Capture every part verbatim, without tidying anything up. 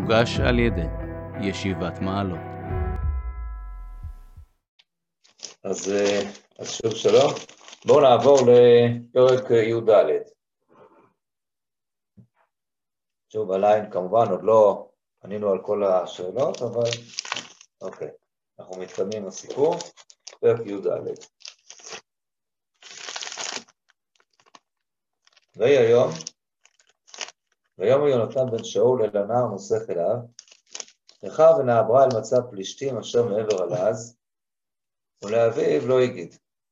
מוגש על ידי ישיבת מעלות. אז, אז שוב שלום. בואו נעבור לפרק י"ד. שוב הליין כמובן עוד לא ענינו על כל השאלות, אבל אוקיי, אנחנו מתקדמים לסיפור. פרק י"ד. ויהי היום, ויאמר יונתן בן שאול אל הנער נוסך אליו, לך ונעברה אל מצב פלישתים אשר מעבר על עז, ולאביו לא הגיד.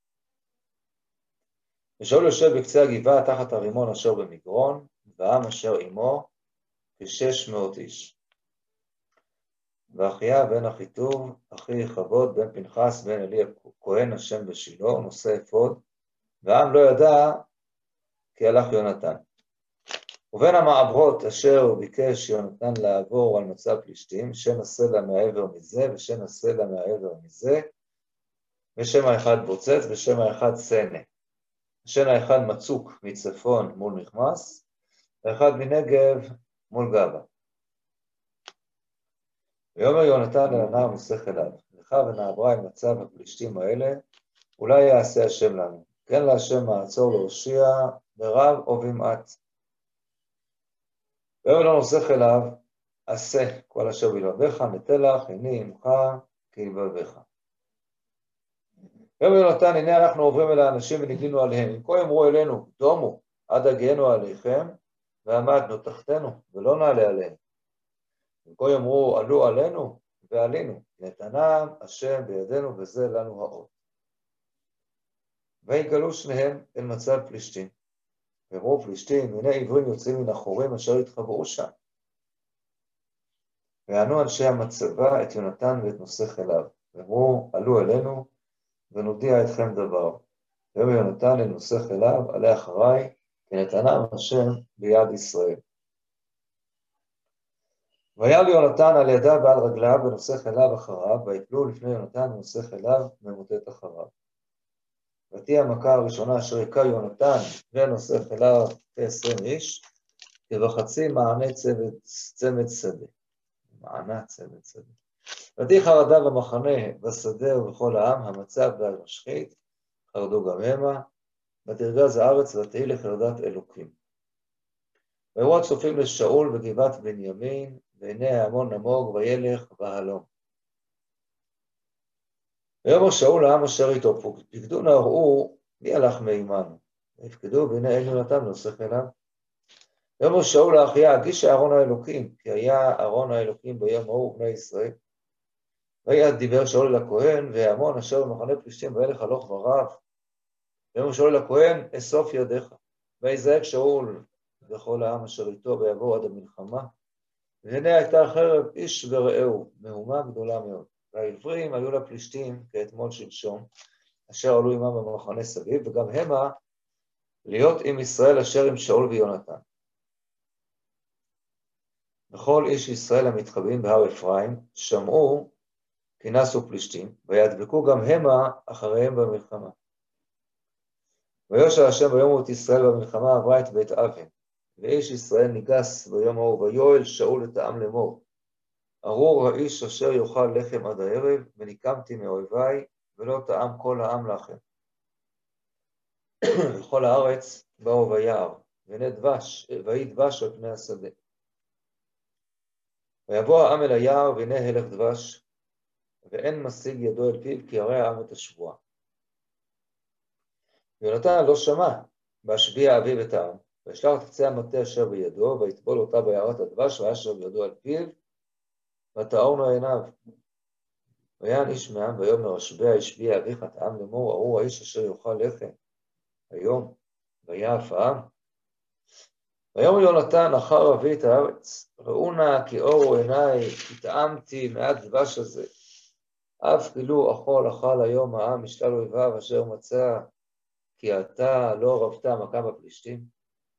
ושאול יושב בקצה הגבעה תחת הרימון אשר במגרון, והעם אשר עמו כשש מאות איש. ואחיה בן אחיטוב, אחי חבוד בן פנחס בן אלי הכהן השם בשילה, נושא אפוד, והעם לא ידע כי הלך יונתן. ובין המעברות אשר ביקש יונתן לעבור על מצב פלישתים, שם הסלע מהעבר מזה ושם הסלע מהעבר מזה, ושם האחד בוצץ ושם האחד סנה. השם האחד מצוק מצפון מול מכמס, ואחד מנגב מול גבה. ויאמר יונתן אל הנער נוסך אליו, לך ונעברה אל מצב הפלישתים האלה, אולי יעשה השם לנו. כן להשם מעצור להושיע ברב או במעט. ויאמר לו נוסך אליו, עשה כל אשר בלבבך, נטלך, הנה עמך כלבבך. ויאמר יונתן, הנה אנחנו עוברים אל האנשים ונגלינו עליהם. אם כה יאמרו אלינו, דומו, עד הגענו עליכם, ועמדנו תחתנו, ולא נעלה עליהם. אם כה יאמרו, עלו עלינו, ועלינו, נתנם השם בידינו, וזה לנו האות. ויגלו שניהם אל מצב פלישתים. ואמרו פלישתים, הנה עברים יוצאים מן החורים אשר התחבאו שם. וענו אנשי המצבה את יונתן ואת נוסך אליו. ואמרו, עלו אלינו, ונודיע אתכם דבר. ויאמר יונתן אל נוסך אליו, עלה אחריי, כי נתנם השם ביד ישראל. ויעל יונתן על ידיו ועל רגליו, ונוסך אליו אחריו, ויפלו לפני יונתן ונוסך אליו, ממוטט אחריו. ותהיה המכה הראשונה אשר היכה יונתן ונוסך אליו כעשרים איש, כבחצי מענה צמד, צמד שדה. מענה צמד שדה. ותהי חרדה במחנה, בשדה ובכל העם, המצב והמשחית, חרדו גם המה, ותרגז הארץ ותהי לחרדת אלוקים. ויראו הצופים לשאול בגבעת בנימין, והנה ההמון נמוג וילך והלום. ויאמר שאול לעם אשר איתו, פקדו נא ראו מי הלך מעמנו. ויפקדו והנה אל יונתן נוסך אליו. ויאמר שאול לאחיה, הגיש אהרון האלוקים, כי היה אהרון האלוקים ביום ההוא בני ישראל. ויעד דיבר שאול אל הכהן, וההמון אשר במחנה פלישתים וילך הלוך ורב. ויאמר שאול אל הכהן, אסוף ידיך. ויזעק שאול וכל העם אשר איתו, ויבואו עד המלחמה. והנה הייתה חרב איש ורעהו, מהומה גדולה מאוד. והעברים היו לפלישתים כאתמול שלשום, אשר עלו עמם במחנה סביב, וגם המה להיות עם ישראל אשר עם שאול ויונתן. וכל איש ישראל המתחבאים בהר אפרים, שמעו כי נסו פלישתים, וידבקו גם המה אחריהם במלחמה. ויושע השם ביום את ישראל במלחמה, עברה את בית אבן. ואיש ישראל ניגס ביום ההוא, ויואל שאול את העם לאמור, ארור האיש אשר יאכל לחם עד הערב, וניקמתי מאויביי, ולא טעם כל העם לכם. וכל הארץ באו ויער, והנה דבש, ויהי דבש על פני השדה. ויבוא העם אל היער, והנה הלך דבש, ואין משיג ידו אל פיו, כי הרי העם את השבועה. ויונתן לא שמע, בהשביע אביו את העם, וישלח את קצה המטה אשר בידו, ויטבול אותה ביערת הדבש, ואשר בידו על פיו, ותאורנה עיניו. ויען איש מעם, ויאמר השביע השביע אביך את העם לאמור, ארור האיש אשר יאכל לחם היום, ויעף העם. ויאמר יונתן אחר אבי את הארץ, ראו נא כי אורו עיניי, התאמתי מעט דבש הזה, אף כאילו אכול אכל היום העם משלל אויביו אשר מצא, כי אתה לא רבת מכה בפלישתים.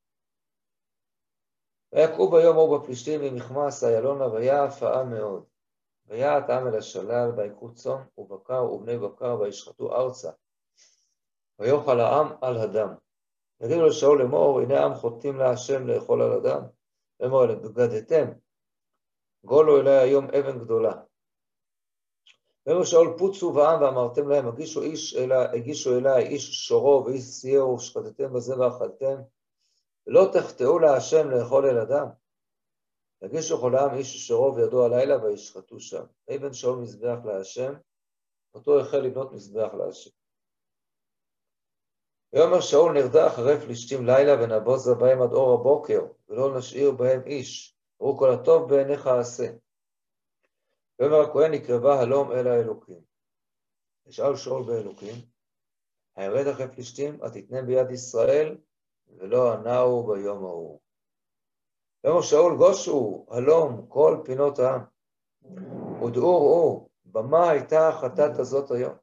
ויקעו ביום ההוא בפלישתים ממכמס איילונה, ויעף העם מאוד. ויעט העם אל השלל, ויקחו צאן ובקר ובני בקר, וישחטו ארצה. ויאכל העם על הדם. יגידו לשאול לאמור, הנה עם חוטאים להשם לאכול על הדם. ואמור אליהם, בגדתם גולו אליי היום אבן גדולה. ואמר שאול פוצו בעם ואמרתם להם, הגישו, איש אלי, הגישו אליי איש שורו ואיש סייר ושחטתם בזה ואכלתם, ולא תחטאו להשם לאכול אל אדם. הגישו כל העם איש שורו וידו הלילה וישחטו שם. אבן שאול מזבח להשם, אותו החל לבנות מזבח להשם. ויאמר שאול נרדע אחרי פלישתים לילה ונבוזה בהם עד אור הבוקר, ולא נשאיר בהם איש, ראו כל הטוב בעיניך עשה. ויאמר הכהן יקרבה הלום אל האלוקים. ושאל שאול באלוקים, הירד אחרי פלישתים, התתנם ביד ישראל, ולא ענהו ביום ההוא. ויאמר שאול גושו הלום כל פינות העם, ודעו ראו, במה הייתה החטאת הזאת היום.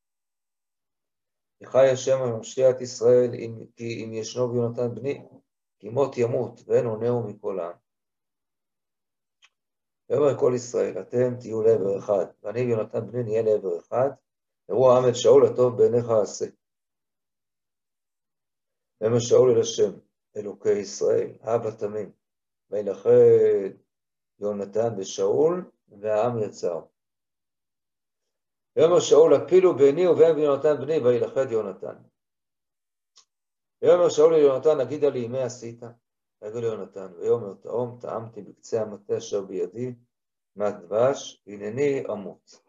יחי השם הממשיע את ישראל, כי אם ישנו ביונתן בני, כי מות ימות, ואין עונהו מכל העם. ויאמר כל ישראל, אתם תהיו לעבר אחד, ואני ויונתן בני נהיה לעבר אחד, וראו העם את שאול הטוב בעיניך עשה. ויאמר שאול אל השם, אלוקי ישראל, אבא תמים, וילכד יונתן ושאול, והעם יצר. ויאמר שאול הפילו ביני ובין יונתן בני, וילכד יונתן. ויאמר שאול אל יונתן, הגידה לי מה עשית? ויגיד יונתן, ויאמר תאום טעמתי בקצה המטה אשר בידי, מהדבש, הנני אמות.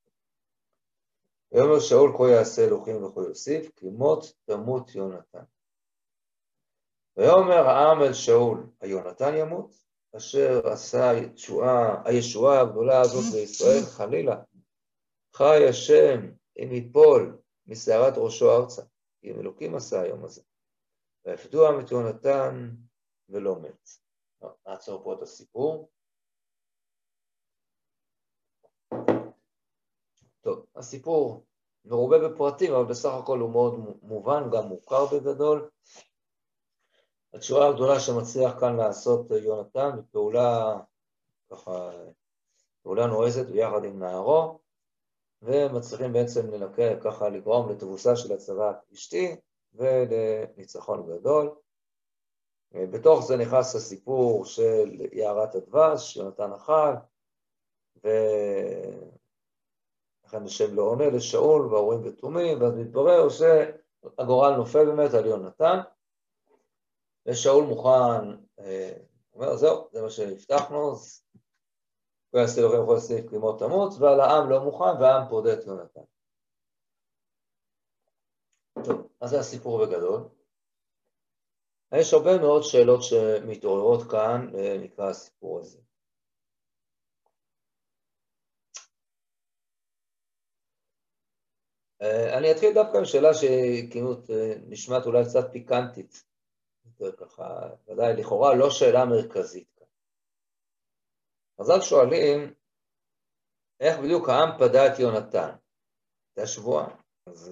ויאמר שאול כה יעשה אלוקים וכה יוסיף, כי מות תמות יונתן. ויאמר העם אל שאול, היונתן ימות, אשר עשה הישועה, הישועה הגדולה הזאת לישראל, חלילה. חי השם אם יפול משערת ראשו ארצה, כי אם אלוקים עשה היום הזה. ויפדו העם את יונתן ולא מת. נעצור פה את הסיפור. טוב, הסיפור מרובה בפרטים, אבל בסך הכל הוא מאוד מובן, גם מוכר בגדול. התשועה הגדולה שמצליח כאן לעשות יונתן, בפעולה ככה, פעולה נועזת ביחד עם נערו, ומצליחים בעצם לנקה, ככה לגרום לתבוסה של הצבא הפלישתי, ולניצחון גדול. בתוך זה נכנס הסיפור של יערת הדבש, יונתן אכל, ולכן השם לא עונה לשאול, והאורים ותומים, ואז מתברר שהגורל נופל באמת על יונתן, ושאול מוכן, אומר, זהו, זה מה שהבטחנו, אז הוא יעשה לכם כל הסעיף כלימות תמות, ועל העם לא מוכן, והעם פודה את יונתן. טוב, אז זה הסיפור בגדול. יש הרבה מאוד שאלות שמתעוררות כאן, נקרא הסיפור הזה. אני אתחיל דווקא עם שאלה שכאילו נשמעת אולי קצת פיקנטית, ככה, ודאי, לכאורה לא שאלה מרכזית כאן. חז"ל שואלים, איך בדיוק העם פדה את יונתן? זה השבועה. אז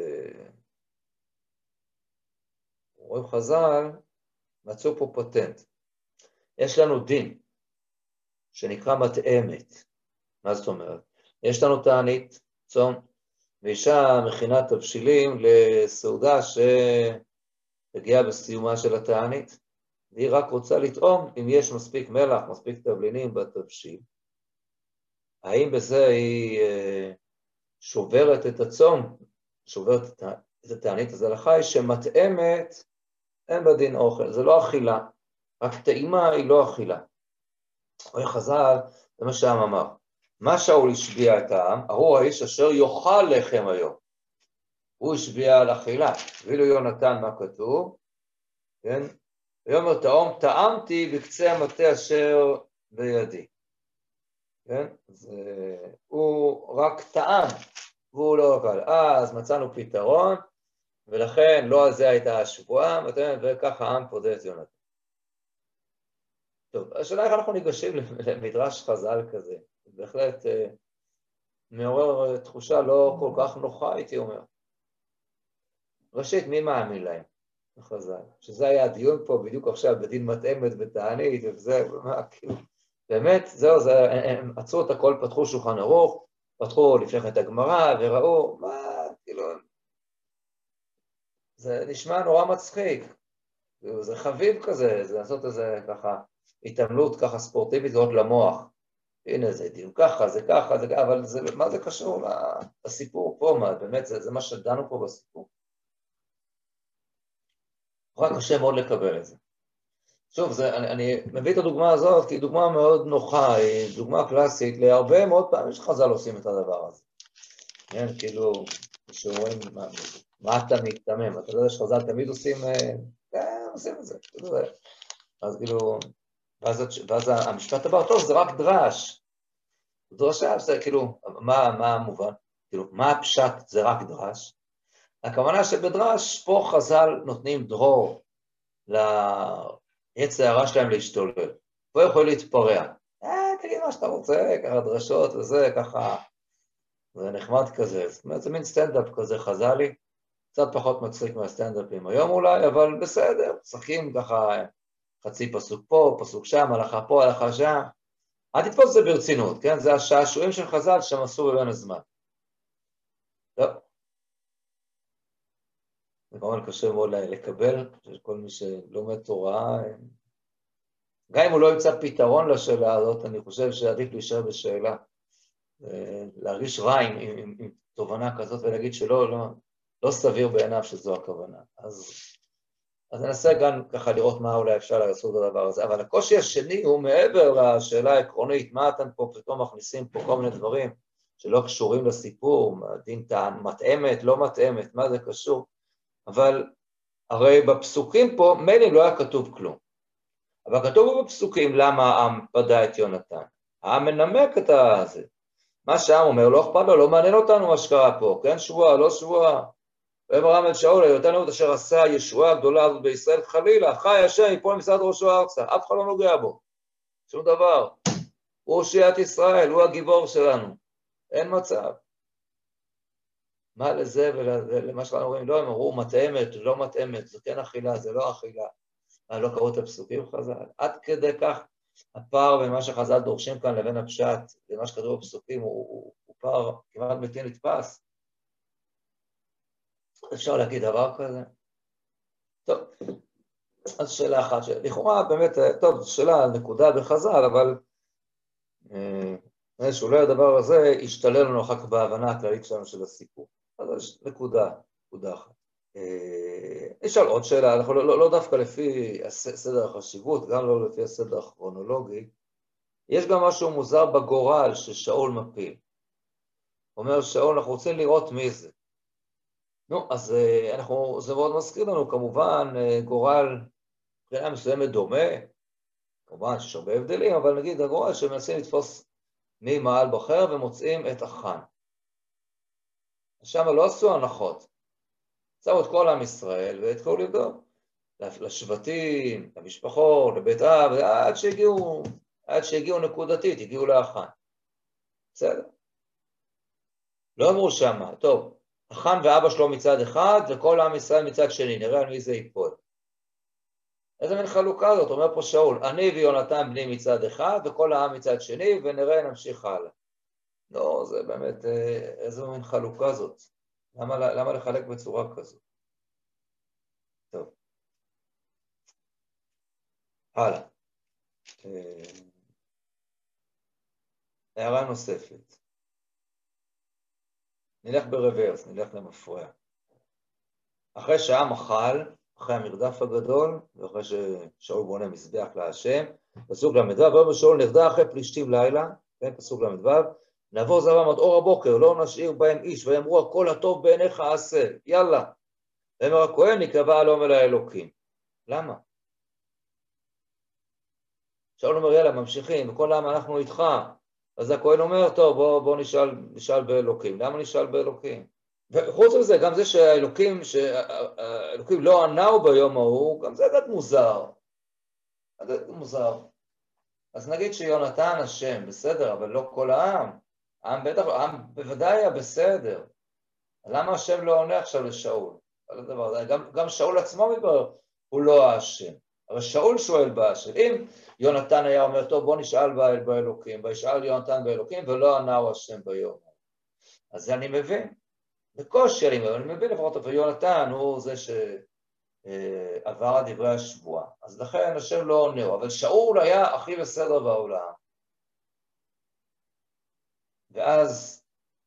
רואים חז"ל, מצאו פה פטנט. יש לנו דין, שנקרא מתאמת. מה זאת אומרת? יש לנו תענית, צום, ואישה מכינה תבשילים לסעודה שתגיע בסיומה של התענית, והיא רק רוצה לטעום אם יש מספיק מלח, מספיק תבלינים בתבשיל. האם בזה היא שוברת את הצום, שוברת את התענית? אז ההלכה היא שמתאמת, אין בדין אוכל, זה לא אכילה, רק טעימה היא לא אכילה. רואה חז"ל, זה מה שהעם אמר. מה שאול השביע את העם, ההוא האיש אשר יאכל לחם היום. הוא השביע על אכילה. ואילו יונתן, מה כתוב? כן? ויאמר תאום, טעמתי בקצה המטה אשר בידי. כן? אז uh, הוא רק טעם, והוא לא אכל. אז מצאנו פתרון, ולכן לא על זה הייתה השבועה, וככה העם פודה את יונתן. טוב, השאלה איך אנחנו ניגשים למדרש חז"ל כזה. בהחלט uh, מעורר תחושה לא כל כך נוחה, הייתי אומר. ראשית, מי מאמין להם? חז"ל. שזה היה הדיון פה בדיוק עכשיו בדין מתאמת ותענית, וזה, מה, כאילו, באמת, זהו, זה, הם עצרו את הכל, פתחו שולחן ערוך, פתחו לפני כן את הגמרא, וראו, מה, כאילו, זה נשמע נורא מצחיק, זה חביב כזה, זה לעשות איזה ככה, התעמלות ככה ספורטיבית, זאת למוח, הנה זה דין ככה, זה ככה, זה ככה, אבל זה, מה זה קשור לסיפור פה, מה, באמת, זה, זה מה שדנו פה בסיפור. רק קשה מאוד לקבל את זה. שוב, זה, אני, אני מביא את הדוגמה הזאת, כי היא דוגמה מאוד נוחה, היא דוגמה קלאסית, להרבה מאוד פעמים שחז"ל עושים את הדבר הזה. כן, כאילו, כשרואים מה, מה אתה מתמם, אתה יודע שחז"ל תמיד עושים, כן, עושים את זה, כאילו, אז כאילו, ואז, ואז המשפט הבא, טוב, זה רק דרש. דרשה, זה כאילו, מה, מה המובן? כאילו, מה הפשט, זה רק דרש? הכוונה שבדרש, פה חז"ל נותנים דרור לעץ הערה שלהם להשתולל. פה יכול להתפרע. אה, תגיד מה שאתה רוצה, ככה דרשות וזה, ככה, זה נחמד כזה. זאת אומרת, זה מין סטנדאפ כזה חז"לי, קצת פחות מצחיק מהסטנדאפים היום אולי, אבל בסדר, שחקים ככה חצי פסוק פה, פסוק שם, הלכה פה, הלכה שם. אל תתפוס את זה ברצינות, כן? זה השעשועים של חז"ל שהם עשו בבין הזמן. טוב. זה כמובן קשה מאוד לקבל, כל מי שלומד תורה, גם אם הוא לא ימצא פתרון לשאלה הזאת, אני חושב שעדיף להישאר בשאלה. להרגיש רע עם, עם, עם, עם תובנה כזאת ולהגיד שלא, לא, לא סביר בעיניו שזו הכוונה. אז, אז ננסה גם ככה לראות מה אולי אפשר לעשות בדבר הזה. אבל הקושי השני הוא מעבר לשאלה העקרונית, מה אתם פה פתאום מכניסים פה כל מיני דברים שלא קשורים לסיפור, דין טען, מתאמת, לא מתאמת, מה זה קשור? אבל הרי בפסוקים פה, מילא לא היה כתוב כלום. אבל כתוב בפסוקים למה העם פדה את יונתן. העם מנמק את הזה. מה שהעם אומר, לא אכפת לו, לא מעניין אותנו מה שקרה פה, כן? שבועה, לא שבועה. ואמר העם אל שאול, היותנו עוד אשר עשה הישועה הגדולה הזאת בישראל, חלילה, חי השם, יפול משרד ראשו ארצה, אף אחד לא נוגע בו. שום דבר. הוא הושיע את ישראל, הוא הגיבור שלנו. אין מצב. מה לזה ולמה שאנחנו אומרים? לא, הם אמרו, מתאמת, לא מתאמת, זה כן אכילה, זה לא אכילה. לא קראו את הפסוקים חז"ל. עד כדי כך הפער בין מה שחז"ל דורשים כאן לבין הפשט, ומה שכתוב בפסוקים, הוא, הוא, הוא פער כמעט בלתי נתפס. אפשר להגיד דבר כזה? טוב, אז שאלה אחת, לכאורה באמת, טוב, שאלה נקודה בחז"ל, אבל אה, שאולי הדבר הזה ישתלל לנו אחר כך בהבנה הכללית שלנו של הסיפור. אז יש נקודה, נקודה אחת. נשאל עוד שאלה, אנחנו לא, לא, לא דווקא לפי סדר החשיבות, גם לא לפי הסדר הכרונולוגי, יש גם משהו מוזר בגורל ששאול מפיל. אומר שאול, אנחנו רוצים לראות מי זה. נו, אז אנחנו, זה מאוד מזכיר לנו, כמובן, גורל מבחינה מסוימת דומה, כמובן שיש הרבה הבדלים, אבל נגיד הגורל שמנסים לתפוס מי מעל בחר ומוצאים את החן. שם לא עשו הנחות. שמו את כל עם ישראל ואת כל ידו, לשבטים, למשפחות, לבית אב, עד שהגיעו, עד שהגיעו נקודתית, הגיעו לאחן. בסדר? לא אמרו שמה, טוב, אחן ואבא שלו מצד אחד, וכל עם ישראל מצד שני, נראה על מי זה ייפול. איזה מין חלוקה זאת, אומר פה שאול, אני ויונתן בני מצד אחד, וכל העם מצד שני, ונראה נמשיך הלאה. לא, זה באמת, איזה מין חלוקה זאת. למה, למה לחלק בצורה כזו? טוב. הלאה. הערה נוספת. נלך ברוורס, נלך למפרע. אחרי שהעם אכל, אחרי המרדף הגדול, ואחרי ששאול בונה מזבח להשם, פסוק למדו, ואומר שאול נרדה אחרי פלישתים לילה, כן, פסוק למדו, נעבור זרם עד אור הבוקר, לא נשאיר בהם איש, ויאמרו הכל הטוב בעיניך עשה, יאללה. ואמר הכהן יקבע אלום אל האלוקים. למה? שאול אומר יאללה, ממשיכים, וכל העם אנחנו איתך. אז הכהן אומר, טוב, בוא, בוא נשאל, נשאל באלוקים. למה נשאל באלוקים? וחוץ מזה, גם זה שהאלוקים, שהאלוקים לא ענהו ביום ההוא, גם זה קצת מוזר. זה קצת מוזר. אז נגיד שיונתן השם, בסדר, אבל לא כל העם. העם בטח, העם בוודאי היה בסדר. למה השם לא עונה עכשיו לשאול? גם, גם שאול עצמו מתברר, הוא לא האשם. אבל שאול שואל בהשם. אם יונתן היה אומר, טוב, בוא נשאל באלוקים, וישאל יונתן באלוקים, ולא ענהו השם ביום. אז אני מבין. בקושי אני מבין, אני מבין לפחות, אבל יונתן הוא זה שעבר על דברי השבועה. אז לכן השם לא עונה, אבל שאול היה הכי בסדר בעולם. ואז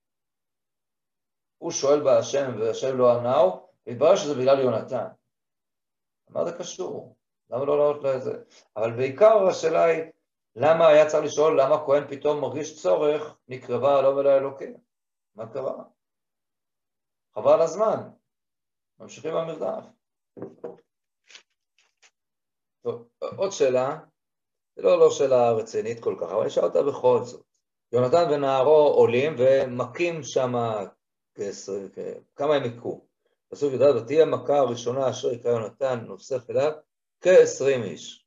הוא שואל בהשם, והשם לא ענהו, והתברר שזה בגלל יונתן. מה זה קשור? למה לא לענות לזה? אבל בעיקר השאלה היא, למה היה צריך לשאול, למה כהן פתאום מרגיש צורך, נקרבה לא ולא אלוקים? מה קרה? חבל הזמן. ממשיכים במרדף. טוב, עוד שאלה, זה לא, לא שאלה רצינית כל כך, אבל אני אשאל אותה בכל זאת. יונתן ונערו עולים ומכים שם כמה הם יקרו. פסוק י"ד, ותהי המכה הראשונה אשר יקרא יונתן נוסף אליו כעשרים איש.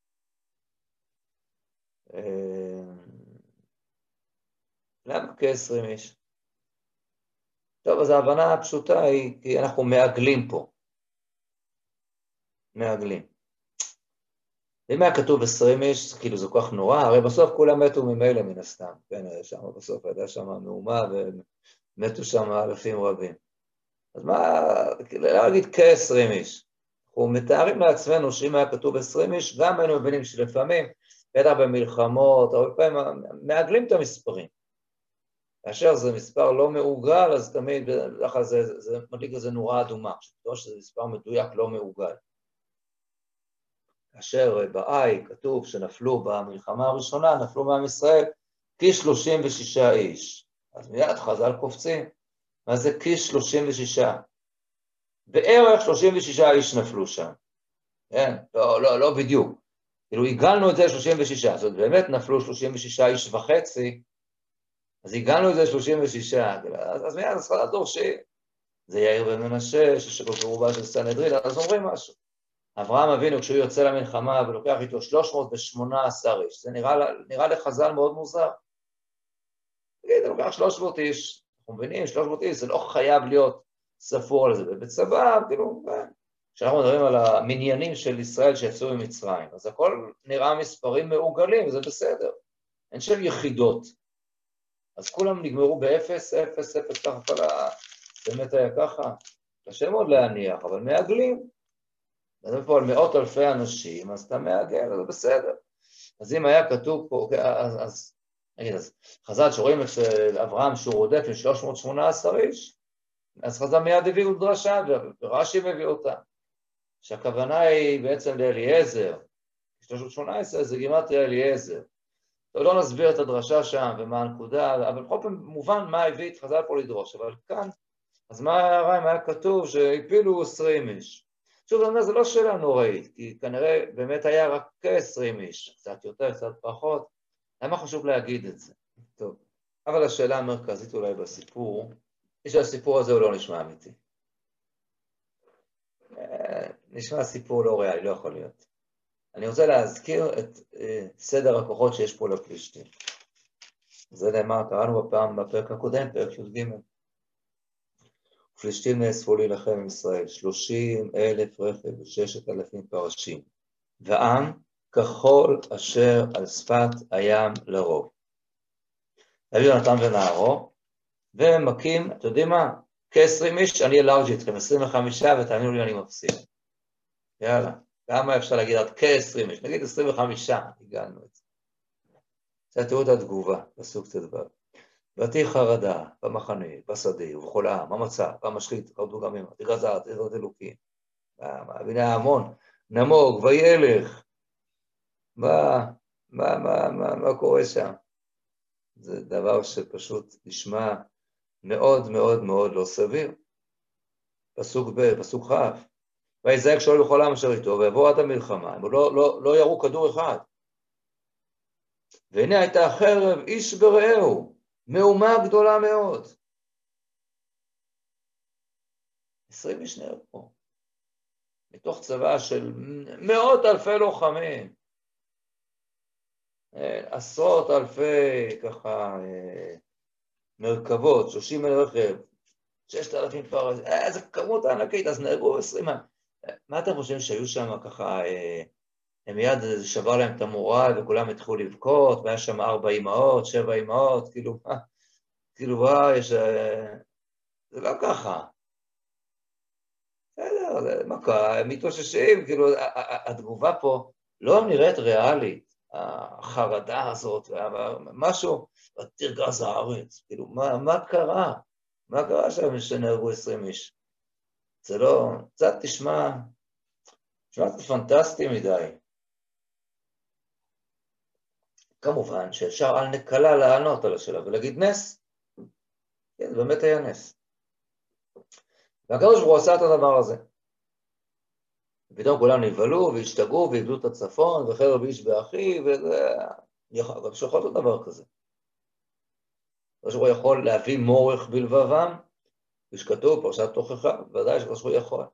למה כעשרים איש? טוב, אז ההבנה הפשוטה היא כי אנחנו מעגלים פה. מעגלים. אם היה כתוב עשרים איש, כאילו זה כל כך נורא, הרי בסוף כולם מתו ממילא מן הסתם. כן, שם בסוף הייתה שם מהומה ומתו שם אלפים רבים. אז מה, לא להגיד כעשרים איש. אנחנו מתארים לעצמנו שאם היה כתוב עשרים איש, גם היינו מבינים שלפעמים, בטח במלחמות, הרבה פעמים מעגלים את המספרים. כאשר זה מספר לא מעוגל, אז תמיד, ככה זה, זה מדליק איזה נורה אדומה, שפתאום שזה מספר מדויק לא מעוגל. כאשר באי כתוב שנפלו במלחמה הראשונה, נפלו מעם ישראל כ-שלושים ושישה איש. אז מיד חז"ל קופצים, מה זה כ-שלושים ושישה? בערך שלושים ושישה איש נפלו שם. כן? לא, לא, לא בדיוק. כאילו הגענו את זה שלושים ושישה, זאת אומרת באמת נפלו שלושים ושישה איש וחצי, אז הגענו את זה שלושים ושישה, אז, אז מיד אז חז"ל דורשים. זה יאיר בן מנשה, ששכל קרובה של סנהדרין, אז אומרים משהו. אברהם אבינו כשהוא יוצא למלחמה ולוקח איתו שלוש מאות ושמונה עשרה איש, זה נראה, נראה לחז"ל מאוד מוזר. תגיד, הוא לוקח שלוש מאות איש, אנחנו מבינים, שלוש מאות איש, זה לא חייב להיות ספור על זה, ובצבא, כאילו, כשאנחנו מדברים על המניינים של ישראל שיצאו ממצרים, אז הכל נראה מספרים מעוגלים, וזה בסדר, אין שם יחידות. אז כולם נגמרו באפס, אפס, אפס, ככה כל ה... באמת היה ככה, קשה מאוד להניח, אבל מעגלים. מדברים פה על מאות אלפי אנשים, אז אתה מעגל, זה בסדר. אז אם היה כתוב פה, אז, אז, נגיד, אז חז"ל שרואים את אברהם שהוא רודף עם שלוש מאות ושמונה עשרה איש, אז חז"ל מיד הביאו דרשה, ורש"י מביא אותה, שהכוונה היא בעצם לאליעזר, שלוש מאות ושמונה עשרה זה גימטריה אליעזר. לא נסביר את הדרשה שם ומה הנקודה, אבל בכל פעם מובן מה הביא את חז"ל פה לדרוש, אבל כאן, אז מה ההערה אם היה כתוב שהפילו עשרים איש? שוב, אני אומר, זו לא שאלה נוראית, כי כנראה באמת היה רק כ-עשרים איש, קצת יותר, קצת פחות, למה חשוב להגיד את זה? טוב, אבל השאלה המרכזית אולי בסיפור, היא שהסיפור הזה הוא לא נשמע אמיתי. נשמע סיפור לא ריאלי, לא יכול להיות. אני רוצה להזכיר את סדר הכוחות שיש פה לפלישתים. זה נאמר, קראנו בפעם, בפרק הקודם, פרק י"ג. פלישתים נאספו להילחם עם ישראל, שלושים אלף רכב וששת אלפים פרשים, ועם כחול אשר על שפת הים לרוב. הביאו יונתן ונערו, והם מכים, אתה יודעים מה? כ-עשרים איש, אני אלארג' איתכם, עשרים וחמישה, ותאמינו לי אני מפסיד. יאללה, כמה אפשר להגיד עד כ-עשרים איש? נגיד עשרים וחמישה, הגענו את זה. זה תראו את התגובה, פסוק ט"ו. ותהי חרדה במחנה, בשדה ובכל העם, במצע, במשחית, חרדו גם עמה, תגזר, תגזר אלוקים. והנה ההמון, נמוג, וילך. מה, מה, מה, מה, מה קורה שם? זה דבר שפשוט נשמע מאוד מאוד מאוד לא סביר. פסוק ב', פסוק כ'. ויזעק שאול בכל העם אשר איתו, ויבואו עד המלחמה, הם לא, לא, לא ירו כדור אחד. והנה הייתה חרב איש ברעהו, מהומה גדולה מאוד. עשרים איש נהרגו. מתוך צבא של מאות אלפי לוחמים. עשרות אלפי ככה מרכבות, שלושים אלף רכב, ששת אלפים פרש, איזה כמות ענקית, אז נהרגו עשרים. מה אתם חושבים שהיו שם ככה, הם מיד שבר להם את המורל וכולם התחילו לבכות, והיה שם ארבע אמהות, שבע אמהות, כאילו, כאילו, וואי, יש... זה לא ככה. בסדר, זה מכה, הם מתאוששים, כאילו, התגובה פה לא נראית ריאלית. החרדה הזאת, משהו, תרגז הארץ, כאילו, מה, מה קרה? מה קרה שם שנהרגו עשרים איש? זה לא, קצת תשמע, תשמע, זה פנטסטי מדי. כמובן שאפשר על נקלה לענות על השאלה ולהגיד נס. כן, זה באמת היה נס. והקדוש ברוך הוא עשה את הדבר הזה. ופתאום כולם נבהלו והשתגעו ואיבדו את הצפון, וחרב באיש באחיו, וזה... אבל שיכול להיות דבר כזה. הקדוש ברוך הוא יכול להביא מורך בלבבם, ושכתוב פרשת תוכחה, ודאי שקדוש ברוך הוא יכול.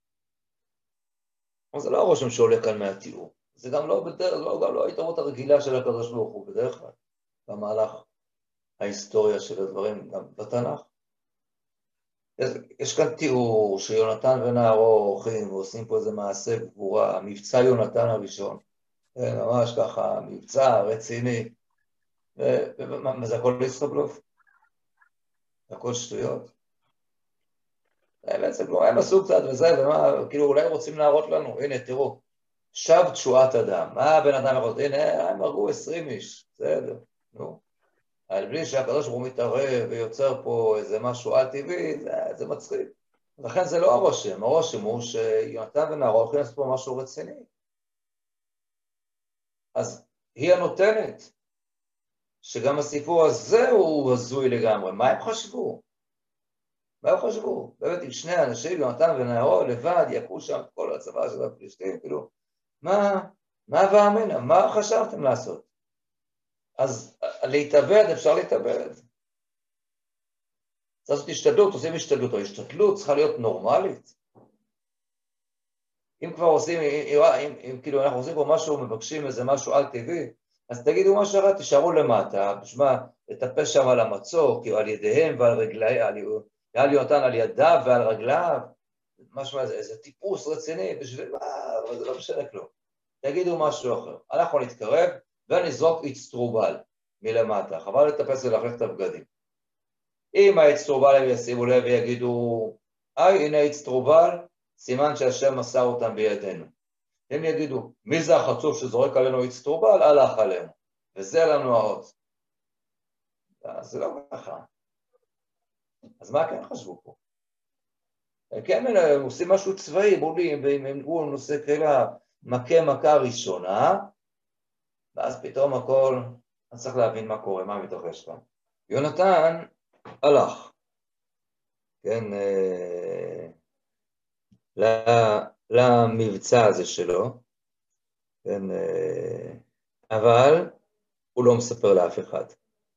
אבל זה לא הרושם שעולה כאן מהתיאור. זה גם לא בדרך, לא, גם לא ההתערות הרגילה של הקדוש ברוך הוא, בדרך כלל, במהלך ההיסטוריה של הדברים, גם בתנ"ך. יש, יש כאן תיאור שיונתן ונערו הולכים ועושים פה איזה מעשה גבורה, מבצע יונתן הראשון, ממש ככה, מבצע רציני, ומה זה הכל ישראבלוף? הכל שטויות. בעצם לא, הם עשו קצת וזה, ומה, כאילו אולי רוצים להראות לנו, הנה תראו, שב תשועת אדם, מה הבן אדם יכול, הנה הם הרגו עשרים איש, בסדר, נו. אבל בלי שהקדוש ברוך הוא מתערב ויוצר פה איזה משהו על טבעי, זה, זה מצחיק. לכן זה לא הרושם, הרושם הוא שיונתן ונערו הולכים לעשות פה משהו רציני. אז היא הנותנת, שגם הסיפור הזה הוא הזוי לגמרי. מה הם חשבו? מה הם חשבו? באמת עם שני אנשים, יונתן ונערו, לבד, יקעו שם את כל הצבא של הפלישתים, כאילו, מה, מה ואמנה? מה חשבתם לעשות? אז להתאבד, אפשר להתאבד. צריך לעשות השתדלות, עושים השתדלות, או השתדלות צריכה להיות נורמלית. אם כבר עושים, אם, אם, אם כאילו אנחנו עושים פה משהו, מבקשים איזה משהו על טבעי, אז תגידו מה שרה, תישארו למטה, בשביל לטפס שם על המצוק, כאילו על ידיהם ועל רגליהם, על יונתן על ידיו ועל רגליו, משהו, איזה, איזה טיפוס רציני, בשביל מה, אבל זה לא משנה כלום. תגידו משהו אחר. אנחנו נתקרב ונזרוק אצטרובל מלמטה, חבל לטפס ולהחליף את הבגדים. אם האצטרובל הם ישימו לב ויגידו, היי, הנה אצטרובל, סימן שהשם מסר אותם בידינו. הם יגידו, מי זה החצוף שזורק עלינו אצטרובל? הלך עלינו. וזה לנו האות. זה לא ככה. אז מה כן חשבו פה? כן, הם עושים משהו צבאי, בולים, והם אמרו נושא כלה, מכה מכה ראשונה, ואז פתאום הכל, אני צריך להבין מה קורה, מה מתרחש כאן. יונתן הלך, כן, למבצע הזה שלו, כן, אבל הוא לא מספר לאף אחד.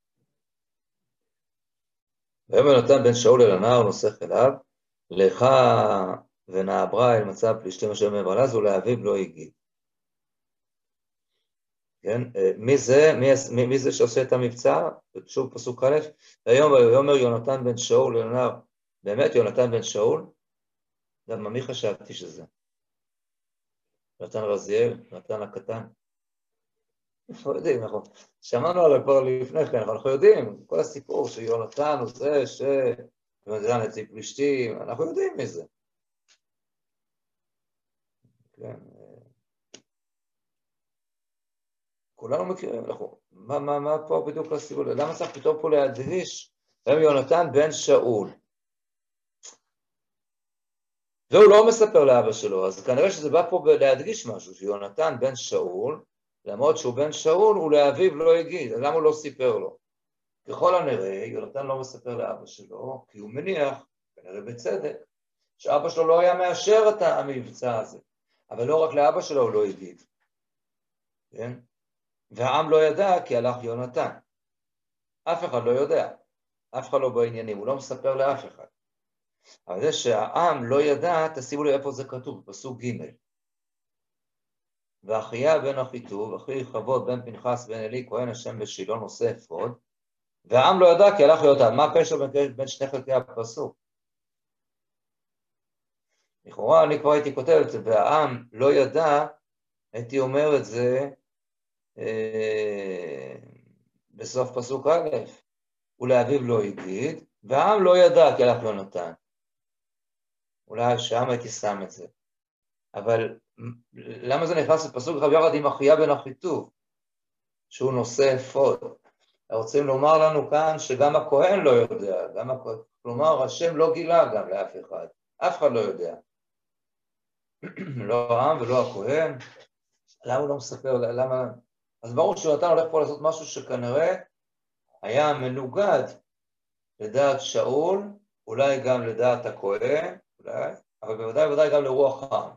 ויאמר יונתן בן שאול אל הנער נושא אליו, לך ונעברה אל מצב פלישתים אשר מעבר לזו, לאביו לא הגיד. כן, מי זה, מי, מי, מי זה שעושה את המבצע? שוב פסוק א', היום ויאמר יונתן בן שאול אל הנער, באמת יונתן בן שאול? גם מי חשבתי שזה? יונתן רזיאל, יונתן הקטן. אנחנו יודעים, אנחנו שמענו עליו כבר לפני כן, אבל אנחנו יודעים, כל הסיפור שיונתן הוא זה ש... יונתן נציג פלישתים, אנחנו יודעים מי זה. כן. כולנו מכירים, אנחנו, מה, מה, מה פה בדיוק הסיפור? למה צריך פתאום פה להדגיש? הם יונתן בן שאול. והוא לא מספר לאבא שלו, אז כנראה שזה בא פה להדגיש משהו, שיונתן בן שאול, למרות שהוא בן שאול, הוא לאביו לא הגיד, למה הוא לא סיפר לו? ככל הנראה, יונתן לא מספר לאבא שלו, כי הוא מניח, כנראה בצדק, שאבא שלו לא היה מאשר את המבצע הזה, אבל לא רק לאבא שלו הוא לא הגיד, כן? והעם לא ידע כי הלך יונתן. אף אחד לא יודע, אף אחד לא בעניינים, הוא לא מספר לאף אחד. אבל זה שהעם לא ידע, תשימו לי איפה זה כתוב, פסוק ג' ואחיה בן אחיטוב, אחי חבוד בן פנחס בן אלי, כהן השם בשילה נושא אפוד, והעם לא ידע כי הלך יונתן. מה הקשר בין, בין שני חלקי הפסוק? לכאורה אני כבר הייתי כותב את זה, והעם לא ידע, הייתי אומר את זה אה, בסוף פסוק א', ולאביו לא הגיד, והעם לא ידע כי הלך יונתן. אולי שם הייתי שם את זה. אבל למה זה נכנס לפסוק אחד יחד עם אחיה בן אחיטוב? שהוא נושא אפוד. רוצים לומר לנו כאן שגם הכהן לא יודע, גם הכהן, כלומר השם לא גילה גם לאף אחד, אף אחד לא יודע. לא העם ולא הכהן, למה הוא לא מספר, למה... אז ברור שיונתן הולך פה לעשות משהו שכנראה היה מנוגד לדעת שאול, אולי גם לדעת הכהן, אולי, אבל בוודאי ובוודאי גם לרוח העם.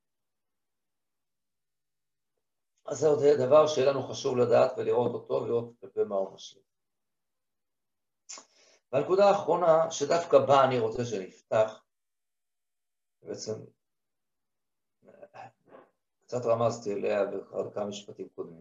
אז זה עוד דבר שיהיה לנו חשוב לדעת ולראות אותו ולראות כלפי מה הוא משלים. והנקודה האחרונה שדווקא בה אני רוצה שנפתח, בעצם קצת רמזתי אליה בכמה משפטים קודמים,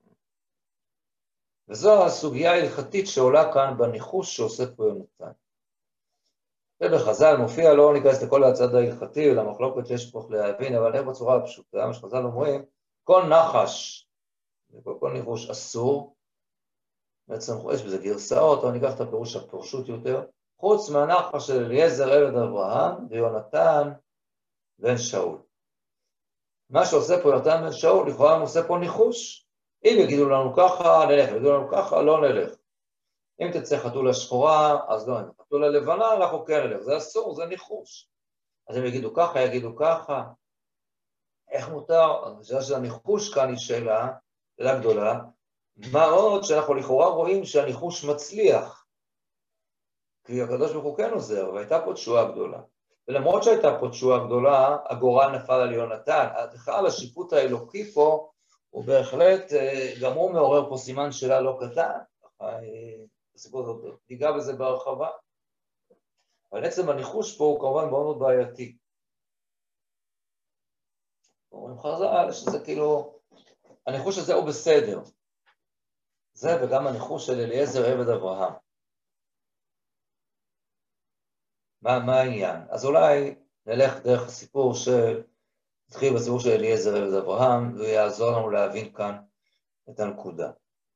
וזו הסוגיה ההלכתית שעולה כאן בניחוש שעושה פה יונתן. ובחז"ל מופיע, לא ניכנס לכל הצד ההלכתי ולמחלוקת שיש פה להבין, אבל איך בצורה הפשוטה, מה שחז"ל אומרים, כל נחש, וכל כל ניחוש אסור, בעצם יש בזה גרסאות, אבל ניקח את הפירוש הפרשות יותר, חוץ מהנחש של אליעזר עבד אברהם ויונתן בן שאול. מה שעושה פה יונתן בן שאול, לכאורה הוא עושה פה ניחוש. אם יגידו לנו ככה, נלך, אם יגידו לנו ככה, לא נלך. אם תצא חתולה שחורה, אז לא, אם חתולה לבנה, אנחנו כן נלך. זה אסור, זה ניחוש. אז אם יגידו ככה, יגידו ככה. איך מותר? השאלה של הניחוש כאן היא שאלה, שאלה גדולה. מה עוד שאנחנו לכאורה רואים שהניחוש מצליח. כי הקדוש ברוך הוא כן עוזר, והייתה פה תשועה גדולה. ולמרות שהייתה פה תשועה גדולה, הגורל נפל על יונתן. בכלל השיפוט האלוקי פה, הוא בהחלט, גם הוא מעורר פה סימן שאלה לא קטן. הסיפור הזה, ניגע בזה בהרחבה. אבל עצם הניחוש פה הוא כמובן מאוד מאוד בעייתי. אומרים חז"ל שזה כאילו, הניחוש הזה הוא בסדר. זה וגם הניחוש של אליעזר עבד אברהם. מה, מה העניין? אז אולי נלך דרך הסיפור של, נתחיל בסיפור של אליעזר עבד אברהם, והוא יעזור לנו להבין כאן את הנקודה.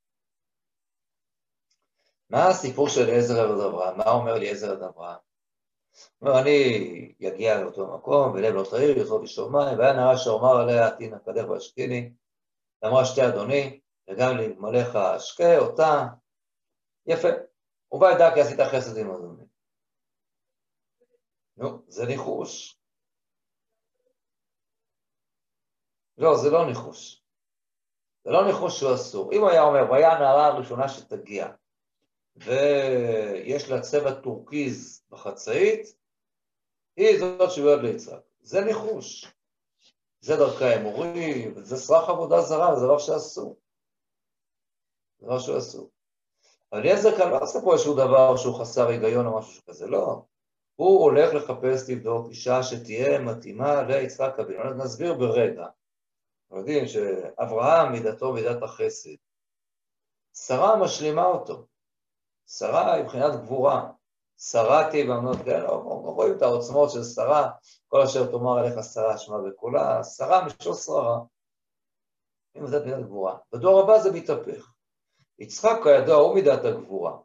מה הסיפור של אליעזר עבד אברהם? מה אומר אליעזר עבד אברהם? הוא אומר, אני יגיע לאותו מקום, ולב לא תאיר, יזרוק לשאוב מים, והיה נערה שאומר עליה, תינא קדך והשקיני, ואמרה שתי אדוני, וגם למלאך אשקה אותה, יפה, ובא ידע כי עשית חסד עם אדוני. נו, זה ניחוש. לא, זה לא ניחוש. זה לא ניחוש שהוא אסור. אם הוא היה אומר, והיה הנערה הראשונה שתגיע, ויש לה צבע טורקיז בחצאית, היא זאת שיועד ליצחק. זה ניחוש. זה דרכי האמורי, וזה סרח עבודה זרה, זה דבר שאסור. זה דבר שהוא אסור. אבל אליעזר כאן לא עושה פה איזשהו דבר שהוא חסר היגיון או משהו כזה, לא. הוא הולך לחפש לבדוק אישה שתהיה מתאימה ליצחק אבינו. נסביר ברגע. אנחנו יודעים שאברהם מידתו מידת החסד. שרה משלימה אותו. שרה היא מבחינת גבורה. שרתי ואמנות כאלה, רואים את העוצמות של שרה, כל אשר תאמר עליך שרה שמה בקולה, שרה משול שררה. היא מידת מידת גבורה. בדור הבא זה מתהפך. יצחק כידוע הוא מידת הגבורה.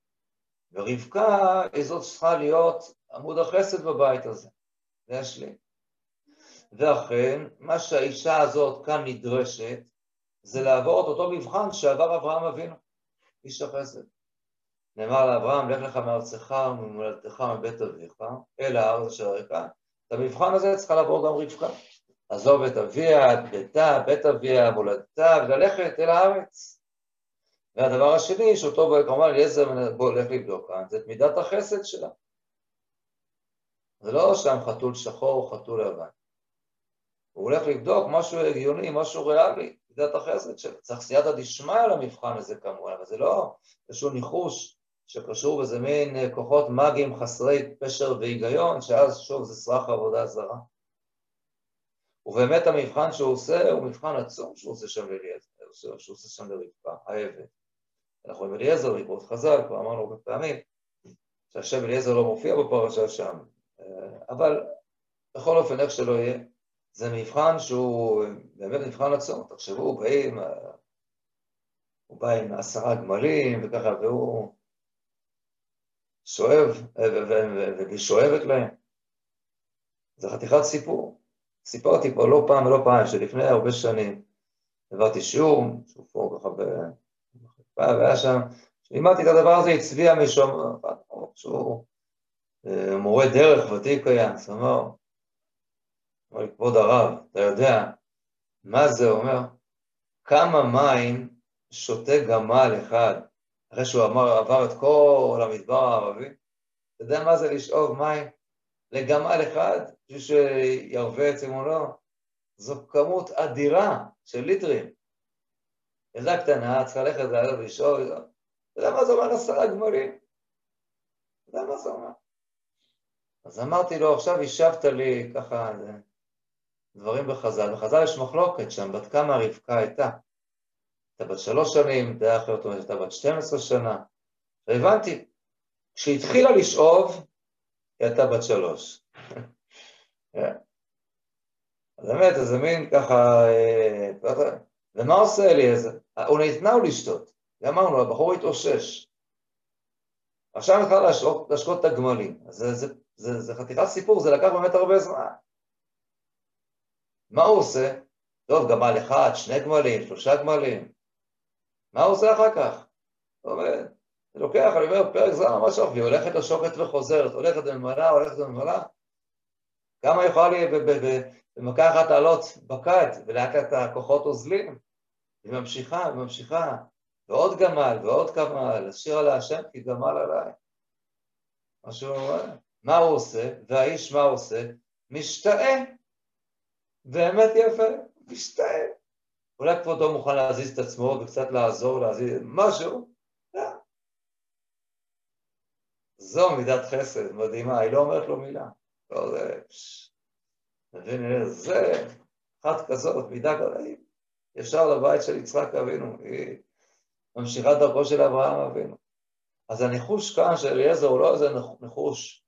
ורבקה היא זאת צריכה להיות עמוד החסד בבית הזה. להשלים. ואכן, מה שהאישה הזאת כאן נדרשת, זה לעבור את אותו מבחן שעבר אברהם אבינו, איש החסד. נאמר לאברהם, לך לך מארצך וממולדתך מבית אביך, אל הארץ אשר אראך. את המבחן הזה צריכה לעבור גם רבקה. עזוב את אביה, את ביתה, בית אביה, מולדתה, וללכת אל הארץ. והדבר השני, שאותו כמובן אליעזר הולך לבדוק כאן, זה את מידת החסד שלה. זה לא שם חתול שחור או חתול לבן. הוא הולך לבדוק משהו הגיוני, משהו ריאלי, מידת החסד שלה. צריך סייעתא דשמיא למבחן הזה כמובן, אבל זה לא איזשהו ניחוש שקשור בזה מין כוחות מגיים חסרי פשר והיגיון, שאז שוב זה סרח עבודה זרה. ובאמת המבחן שהוא עושה הוא מבחן עצום שהוא עושה שם לאליעזר, שהוא עושה שם לרבקה, העבד. אנחנו עם אליעזר, בעקבות חז"ל, כבר אמרנו הרבה פעמים, שהשם אליעזר לא מופיע בפרשה שם, אבל בכל אופן איך שלא יהיה, זה מבחן שהוא באמת מבחן עצום. תחשבו, הוא בא עם, הוא בא עם עשרה גמלים וככה, והוא שואב, והיא שואבת להם. זה חתיכת סיפור. סיפרתי פה לא פעם ולא פעם, שלפני הרבה שנים, העברתי שיעור, שהוא פה ככה בחיפה, והיה שם, כשלימדתי את הדבר הזה, הצביע מישהו, שהוא מורה דרך ותיק היה, אז הוא אמר, אמר לי, כבוד הרב, אתה יודע, מה זה אומר? כמה מים שותה גמל אחד, אחרי שהוא אמר, עבר את כל המדבר הערבי, אתה יודע מה זה לשאוב מים לגמל אחד, בשביל שירווה את אמונו? זו כמות אדירה של ליטרים. ילדה קטנה, צריכה ללכת לעלות לשאוב, אתה יודע מה זה אומר עשרה גמלים? אתה יודע מה זה אומר? אז אמרתי לו, עכשיו השבת לי ככה דברים בחז"ל, בחז"ל יש מחלוקת שם, בת כמה רבקה הייתה. הייתה בת שלוש שנים, דעה אחרת אומרת, הייתה בת שתים עשרה שנה, והבנתי, כשהתחילה לשאוב, היא הייתה בת שלוש. אז באמת, זה מין ככה, ומה עושה אליעזר? הוא נתנהו לשתות, ואמרנו, הבחור התאושש. עכשיו נתחיל להשקות את הגמלים, אז זה, זה, זה, זה חתיכת סיפור, זה לקח באמת הרבה זמן. מה הוא עושה? טוב, גמל אחד, שני גמלים, שלושה גמלים. מה הוא עושה אחר כך? הוא אומר, זה לוקח, אני אומר, פרק זמן ממש אוף, היא הולכת לשוקת וחוזרת, הולכת בממלה, הולכת בממלה. כמה יכולה לי במכה אחת לעלות בקד, ולאט את הכוחות עוזלים? היא ממשיכה, היא ממשיכה, ועוד גמל, ועוד גמל, לשיר על השם, כי גמל עליי. מה שהוא אומר, מה הוא עושה? והאיש מה הוא עושה? משתאה. באמת יפה, משתאה. אולי כבודו מוכן להזיז את עצמו וקצת לעזור, להזיז משהו. זו מידת חסד, מדהימה, היא לא אומרת לו מילה. לא, זה... מבין, זה... אחת כזאת, מידה כזאת, ישר לבית של יצחק אבינו, היא ממשיכה דרכו של אברהם אבינו. אז הניחוש כאן של אליעזר הוא לא איזה ניחוש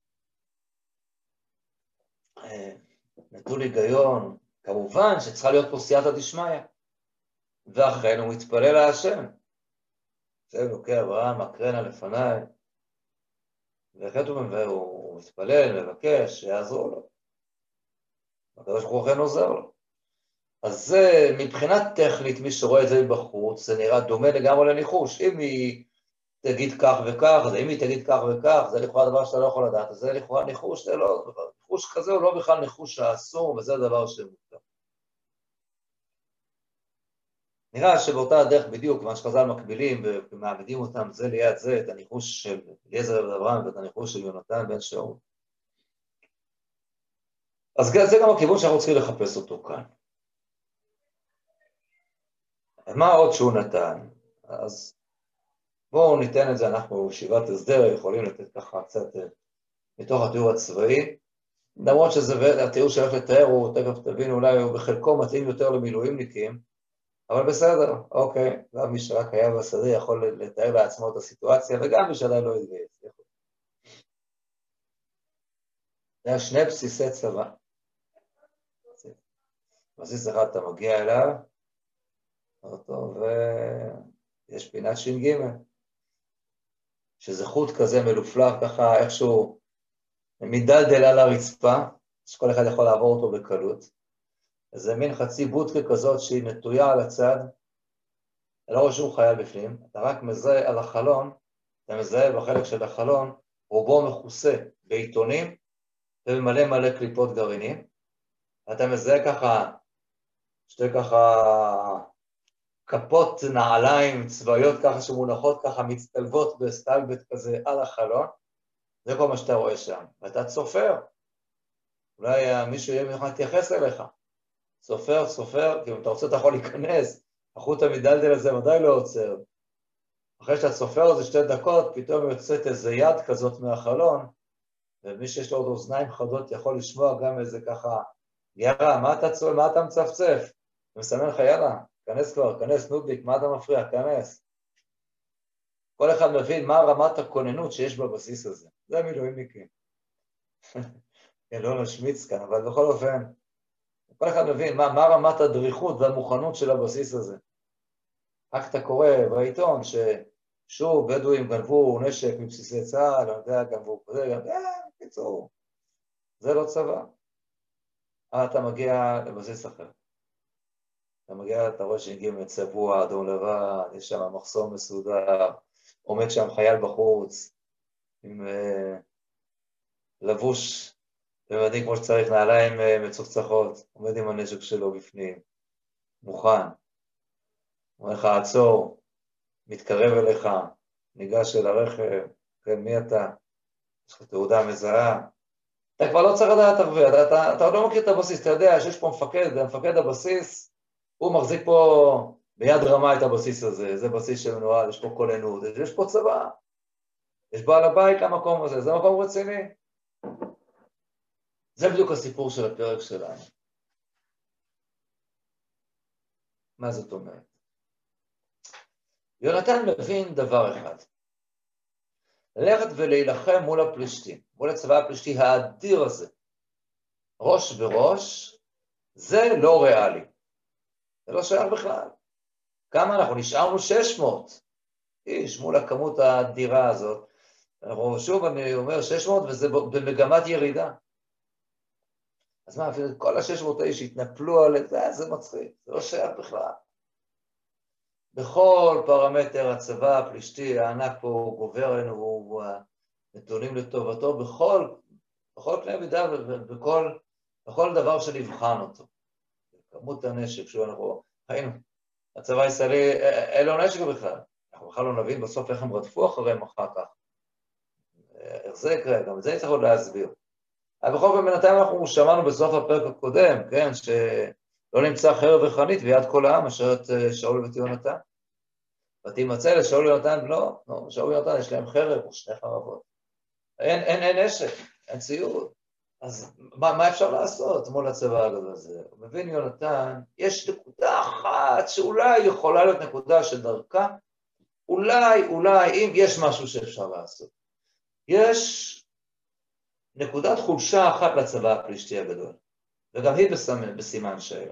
נטול היגיון, כמובן שצריכה להיות פה סייעתא דשמיא, ואכן הוא מתפלל להשם. זה אלוקי אברהם, מקרנה לפניי, ואחרי הוא מתפלל, מבקש, שיעזרו לו. הקדוש ברוך הוא אכן עוזר לו. אז זה, מבחינה טכנית, מי שרואה את זה בחוץ, זה נראה דומה לגמרי לניחוש. אם היא תגיד כך וכך, אז אם היא תגיד כך וכך, זה לכאורה דבר שאתה לא יכול לדעת, אז זה לכאורה ניחוש, זה לא, ניחוש כזה הוא לא בכלל ניחוש האסור, וזה דבר שמותר. נראה שבאותה הדרך בדיוק, מה שחז"ל מקבילים ומעמידים אותם זה ליד זה, את הניחוש של אליעזר בן אברהם ואת הניחוש של יונתן בן שאול. אז זה גם הכיוון שאנחנו צריכים לחפש אותו כאן. מה עוד שהוא נתן? אז בואו ניתן את זה, אנחנו ישיבת הסדר יכולים לתת ככה קצת מתוך התיאור הצבאי, למרות שזה התיאור שהולך לתאר, הוא תכף תבין, אולי הוא בחלקו מתאים יותר למילואימניקים, אבל בסדר, אוקיי, גם מי שרק היה בשדה יכול לתאר לעצמו את הסיטואציה, וגם מי שעדיין לא התגייס. זה היה שני בסיסי צבא. בסיס אחד אתה מגיע אליו, אותו, ויש פינת ש"ג, שזה חוט כזה מלופלף, ככה איכשהו מדלדל על הרצפה, שכל אחד יכול לעבור אותו בקלות. זה מין חצי בוטקה כזאת שהיא נטויה על הצד, לא רשום חייל בפנים, אתה רק מזהה על החלון, אתה מזהה בחלק של החלון, רובו מכוסה בעיתונים, ומלא מלא קליפות גרעינים, ואתה מזהה ככה, שתי ככה כפות נעליים צבאיות ככה שמונחות ככה מצטלבות בסטלבט כזה על החלון, זה כל מה שאתה רואה שם, ואתה צופר, אולי מישהו יהיה יכול להתייחס אליך, סופר, סופר, כי אם אתה רוצה אתה יכול להיכנס, החוט המדלדל הזה ודאי לא עוצר, אחרי שאתה סופר איזה שתי דקות, פתאום יוצאת איזה יד כזאת מהחלון, ומי שיש לו עוד אוזניים חדות יכול לשמוע גם איזה ככה, יאללה, מה אתה, צוע, מה אתה מצפצף? הוא מסמן לך, יאללה, כנס כבר, כנס נודליק, מה אתה מפריע? כנס. כל אחד מבין מה רמת הכוננות שיש בבסיס הזה. זה מילואימניקים. לא נשמיץ כאן, אבל בכל אופן, כל אחד מבין מה, מה רמת הדריכות והמוכנות של הבסיס הזה. רק אתה קורא בעיתון ששוב בדואים גנבו נשק מבסיסי צה"ל, לא יודע, גנבו כזה, אה, קיצור. זה לא צבא. אתה מגיע לבסיס אחר. אתה מגיע, אתה רואה שהגיע מצבוע, אדום לבן, יש שם מחסום מסודר, עומד שם חייל בחוץ, עם uh, לבוש במדים כמו שצריך, נעליים uh, מצוחצחות, עומד עם הנשק שלו בפנים, מוכן. אומר לך, עצור, מתקרב אליך, ניגש אל הרכב, כן, מי אתה? יש לך תעודה מזהה. אתה כבר לא צריך לדעת הרבה, אתה, אתה, אתה עוד לא מכיר את הבסיס, אתה יודע שיש פה מפקד, מפקד הבסיס, הוא מחזיק פה ביד רמה את הבסיס הזה, זה בסיס שמנוהל, יש פה כוננות, יש פה צבא, יש בעל הבית למקום הזה, זה מקום רציני. זה בדיוק הסיפור של הפרק שלנו. מה זאת אומרת? יונתן מבין דבר אחד, ללכת ולהילחם מול הפלישתים, מול הצבא הפלישתי האדיר הזה, ראש בראש, זה לא ריאלי. זה לא שייך בכלל. כמה אנחנו? נשארנו שש מאות איש מול הכמות האדירה הזאת. אנחנו, שוב אני אומר שש מאות וזה במגמת ירידה. אז מה, אפילו כל ה-שש מאות איש התנפלו על זה, זה מצחיק, זה לא שייך בכלל. בכל פרמטר הצבא הפלישתי, הענק פה גובר עלינו, הוא נתונים לטובתו, בכל, בכל קנה מידה ובכל בכל דבר שנבחן אותו. כמות הנשק, שהוא אנחנו ראינו, הצבא הישראלי, אין לו נשק בכלל. אנחנו בכלל לא נבין בסוף איך הם רדפו אחריהם אחר כך. איך זה יקרה, גם את זה צריך עוד להסביר. אבל בכל פעם בינתיים אנחנו שמענו בסוף הפרק הקודם, כן, שלא נמצא חרב וחנית ויד כל העם, אשר את שאול ואת יונתן. ותימצא לשאול ויונתן, לא, לא, שאול ויונתן יש להם חרב או שני חרבות. אין, אין, אין נשק, אין ציוד. אז מה, מה אפשר לעשות מול הצבא הגדול הזה? הוא מבין יונתן, יש נקודה אחת שאולי יכולה להיות נקודה של דרכה, אולי, אולי, אם יש משהו שאפשר לעשות. יש נקודת חולשה אחת לצבא הפלישתי הגדול, וגם היא בסימן, בסימן שאלה.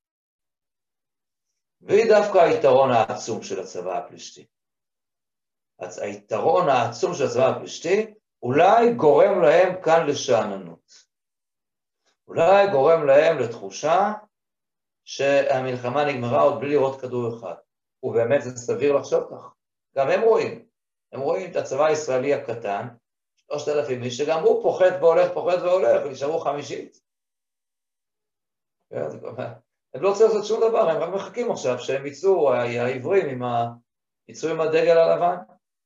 והיא דווקא היתרון העצום של הצבא הפלישתי. היתרון העצום של הצבא הפלישתי, אולי גורם להם כאן לשעננות. אולי גורם להם לתחושה שהמלחמה נגמרה עוד בלי לראות כדור אחד. ובאמת זה סביר לחשוב כך. גם הם רואים. הם רואים את הצבא הישראלי הקטן, שלושת אלפים איש, שגם הוא פוחד והולך, פוחד והולך, ונשארו חמישית. הם לא צריכים לעשות שום דבר, הם רק מחכים עכשיו שהם יצאו, העברים עם ה... יצאו עם הדגל הלבן.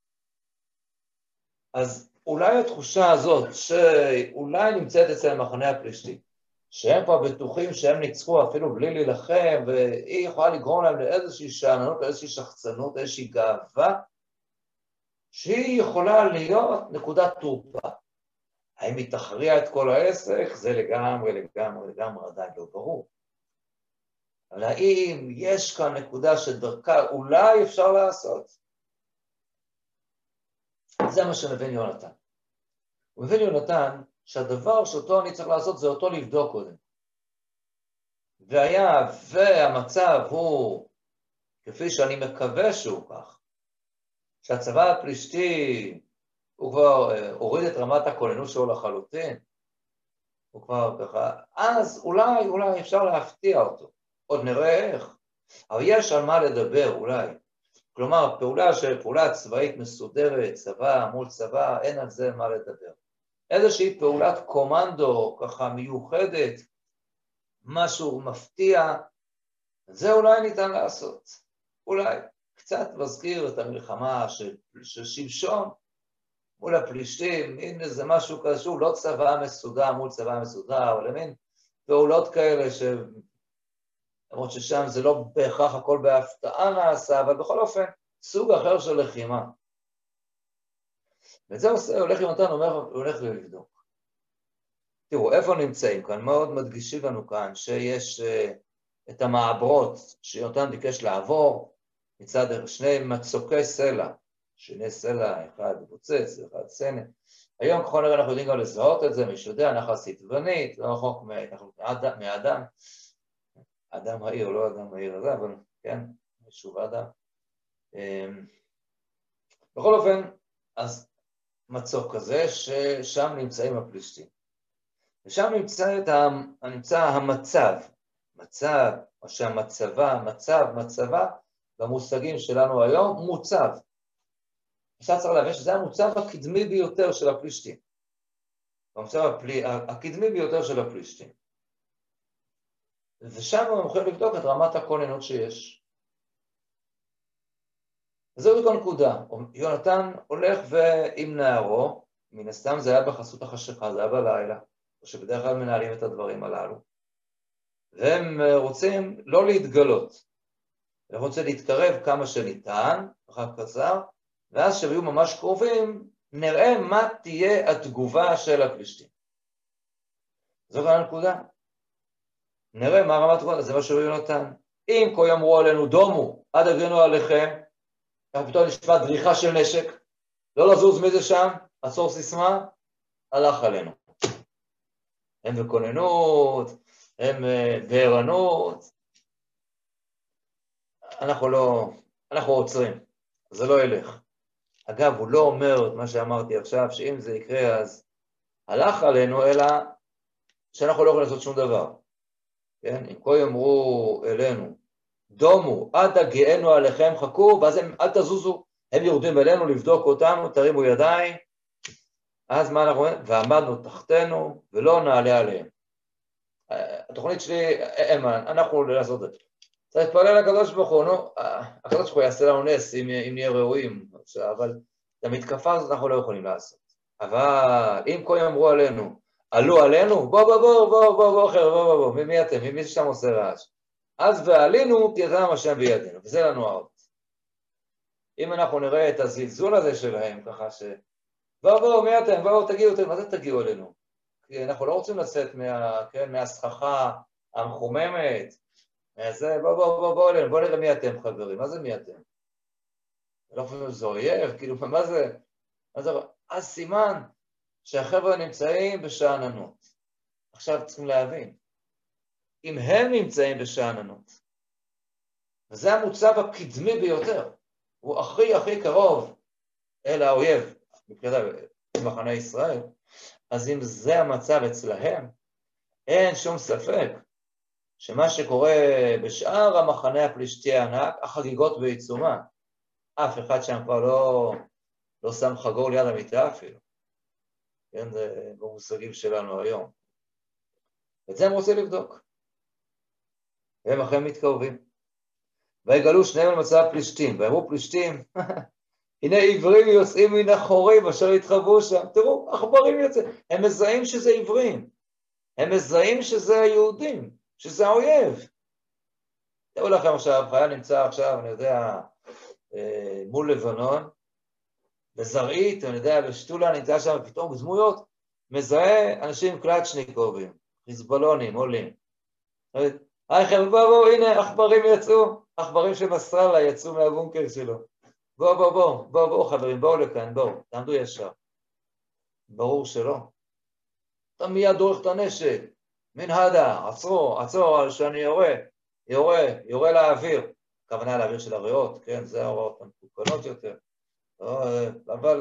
אז אולי התחושה הזאת, שאולי נמצאת אצל המחנה הפלישתי, שהם כבר בטוחים שהם ניצחו אפילו בלי להילחם, והיא יכולה לגרום להם לאיזושהי שעננות, לאיזושהי שחצנות, איזושהי גאווה, שהיא יכולה להיות נקודת תורפה. האם היא תכריע את כל העסק? זה לגמרי, לגמרי, לגמרי עדיין לא ברור. אבל האם יש כאן נקודה שדרכה אולי אפשר לעשות? זה מה שמבין יונתן. הוא מבין יונתן שהדבר שאותו אני צריך לעשות זה אותו לבדוק קודם. והיה והמצב הוא, כפי שאני מקווה שהוא כך, שהצבא הפלישתי הוא כבר הוריד את רמת הכוננות שלו לחלוטין, הוא כבר ככה, אז אולי, אולי אפשר להפתיע אותו. עוד נראה איך, אבל יש על מה לדבר אולי. כלומר, פעולה של פעולה צבאית מסודרת, צבא מול צבא, אין על זה מה לדבר. איזושהי פעולת קומנדו ככה מיוחדת, משהו מפתיע, זה אולי ניתן לעשות. אולי קצת מזכיר את המלחמה של, של שמשון מול הפלישתים, הנה זה משהו כזה, לא צבא מסודר מול צבא מסודר, אבל מין פעולות כאלה ש... למרות ששם זה לא בהכרח הכל בהפתעה נעשה, אבל בכל אופן, סוג אחר של לחימה. ואת זה עושה, הולך יונתן, אומר, הולך לבדוק. תראו, איפה נמצאים כאן? מאוד מדגישים לנו כאן שיש uh, את המעברות שיונתן ביקש לעבור, מצד שני מצוקי סלע, שני סלע, אחד בוצץ, אחד סנא. היום ככל נראה אנחנו יודעים גם לזהות את זה, מי שיודע, נחל סיטבנית, לא רחוק מהאדם, אדם העיר, לא אדם העיר הזה, אבל כן, שוב אדם. בכל אופן, אז מצוק כזה, ששם נמצאים הפלישתים. ושם נמצא, את ה... נמצא המצב, מצב, או שהמצבה, מצב, מצבה, במושגים שלנו היום, מוצב. עכשיו צריך להבין שזה המוצב הקדמי ביותר של הפלישתים. המוצב הפלי, הקדמי ביותר של הפלישתים. ושם הם יכולים לבדוק את רמת הכוננות שיש. וזו הנקודה. יונתן הולך ועם נערו, מן הסתם זה היה בחסות החשיכה, זה היה בלילה, או שבדרך כלל מנהלים את הדברים הללו. והם רוצים לא להתגלות. הם רוצים להתקרב כמה שניתן, אחר קצר, ואז שהיו ממש קרובים, נראה מה תהיה התגובה של הפלישתים. זו כאן הנקודה. נראה מה רמת התגובה, זה מה שהוא יונתן. אם כה יאמרו עלינו דומו, עד הגנו עליכם, אנחנו פתאום נשמע דריכה של נשק, לא לזוז מזה שם, עצור סיסמה, הלך עלינו. הם בכוננות, הם בערנות, אנחנו לא, אנחנו עוצרים, זה לא ילך. אגב, הוא לא אומר את מה שאמרתי עכשיו, שאם זה יקרה אז הלך עלינו, אלא שאנחנו לא יכולים לעשות שום דבר. כן? אם כה יאמרו אלינו, דומו, עד הגאנו עליכם, חכו, ואז הם, אל תזוזו, הם יורדים אלינו לבדוק אותנו, תרימו ידיים, אז מה אנחנו אומרים? ועמדנו תחתנו, ולא נעלה עליהם. התוכנית שלי, אמן, אנחנו לעשות את זה. צריך להתפלל לקדוש ברוך הוא, נו, הקדוש ברוך הוא יעשה לנו נס, אם, אם נהיה ראויים, אבל את המתקפה הזאת אנחנו לא יכולים לעשות. אבל אם כה יאמרו עלינו, עלו עלינו, בוא בוא בוא בוא בוא בוא אחר, בוא בוא בוא, מי אתם, מי ששם עושה רעש. אז ועלינו תירם השם בידינו, וזה לנו האות. אם אנחנו נראה את הזלזול הזה שלהם, ככה ש... בואו, בואו, מי אתם? בואו, תגיעו אתם, מה זה תגיעו אלינו? כי אנחנו לא רוצים לצאת מה, כן, מהסככה המחוממת, מהזה, בואו, בואו, בואו, בואו אלינו, בואו נראה מי אתם חברים, מה זה מי אתם? לא חושבים שזה אויב, כאילו, מה זה? מה זה? אז סימן שהחבר'ה נמצאים בשעננות. עכשיו צריכים להבין, אם הם נמצאים בשעננות, וזה המוצב הקדמי ביותר, הוא הכי הכי קרוב אל האויב, מבחינת מחנה ישראל, אז אם זה המצב אצלהם, אין שום ספק שמה שקורה בשאר המחנה הפלישתי הענק, החגיגות בעיצומה, אף אחד שם כבר לא, לא שם חגור ליד המיטה אפילו. כן, זה במושגים שלנו היום. את זה הם רוצים לבדוק. והם אחרי מתקרבים. ויגלו שניהם למצב פלישתים, ואמרו פלישתים, הנה עברים יוצאים מן החורים אשר התחבאו שם. תראו, עכברים יוצאים. הם מזהים שזה עברים. הם מזהים שזה היהודים, שזה האויב. תראו לכם עכשיו, חייל נמצא עכשיו, אני יודע, מול לבנון, בזרעית, אני יודע, בשתולה נמצא שם, פתאום בדמויות, מזהה אנשים קלצ'ניקובים, חיזבאלונים, עולים. היי חבר'ה, בואו, בואו, הנה, עכברים יצאו, עכברים של נסראללה יצאו מהבונקר שלו. בואו, בואו, בואו, בואו, בואו, חברים, בואו לכאן, בואו, תעמדו ישר. ברור שלא. אתה מיד דורך את הנשק, מן הדה, עצרו, עצרו, שאני יורה, יורה, יורה לאוויר. הכוונה לאוויר של הריאות, כן, זה ההוראות המתוקנות יותר. אבל...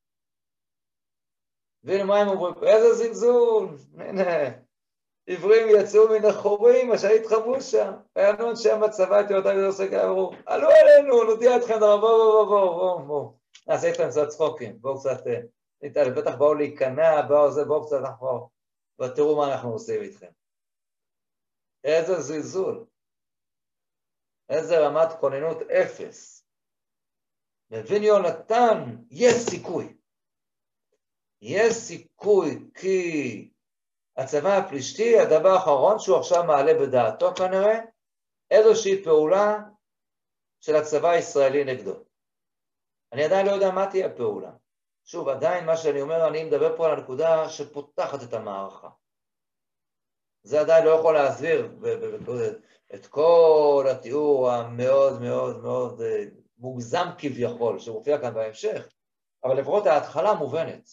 והנה מה הם אומרים? איזה זלזול, הנה, עברים יצאו מן החורים, אשר התחבאו שם, ויענו אנשי המצבה את יהודם ודוסק אמרו, עלו אלינו, נודיע אתכם דבר, בואו, בואו, בואו, בואו, בואו, נעשה איתכם קצת צחוקים, בואו קצת, בטח באו להיכנע, באו זה, בואו קצת, אנחנו, ותראו מה אנחנו עושים איתכם. איזה זלזול, איזה רמת כוננות אפס. מבין יונתן, יש סיכוי. יש סיכוי כי הצבא הפלישתי, הדבר האחרון שהוא עכשיו מעלה בדעתו כנראה, איזושהי פעולה של הצבא הישראלי נגדו. אני עדיין לא יודע מה תהיה הפעולה. שוב, עדיין מה שאני אומר, אני מדבר פה על הנקודה שפותחת את המערכה. זה עדיין לא יכול להסביר את כל התיאור המאוד מאוד מאוד מוגזם כביכול, שמופיע כאן בהמשך, אבל לפחות ההתחלה מובנת.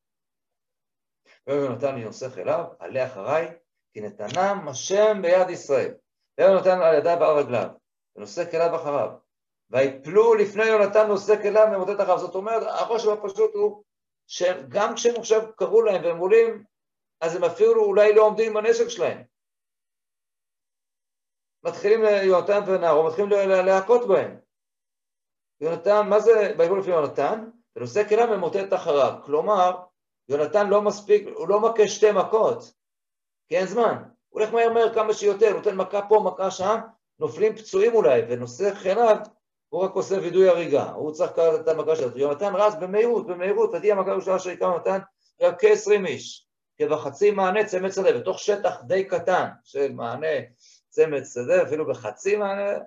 ויונתן ינוסך אליו, עלה אחריי, כי נתנם השם ביד ישראל. ויונתן על ידיו ועל רגליו, ונוסק אליו אחריו. ויפלו לפני יונתן נוסק אליו ומוטט אחריו. זאת אומרת, החושב הפשוט הוא, שגם כשהם עכשיו קראו להם והם עולים, אז הם אפילו אולי לא עומדים עם הנשק שלהם. מתחילים, יונתן ונערו, מתחילים להכות בהם. יונתן, מה זה, ביבול לפי יונתן? ונושא כליו ממוטט אחריו. כלומר, יונתן לא מספיק, הוא לא מכה שתי מכות, כי אין זמן. הוא הולך מהר מהר כמה שיותר, נותן מכה פה, מכה שם, נופלים פצועים אולי, ונושא כליו, הוא רק עושה וידוי הריגה. הוא צריך לקחת את המכה שלו. יונתן רץ במהירות, במהירות, תדעי המכה ראשונה שהיקם יונתן, רק כ-עשרים איש. כבחצי מענה צמד שדה, בתוך שטח די קטן של מענה צמד שדה, אפילו בחצי מענה.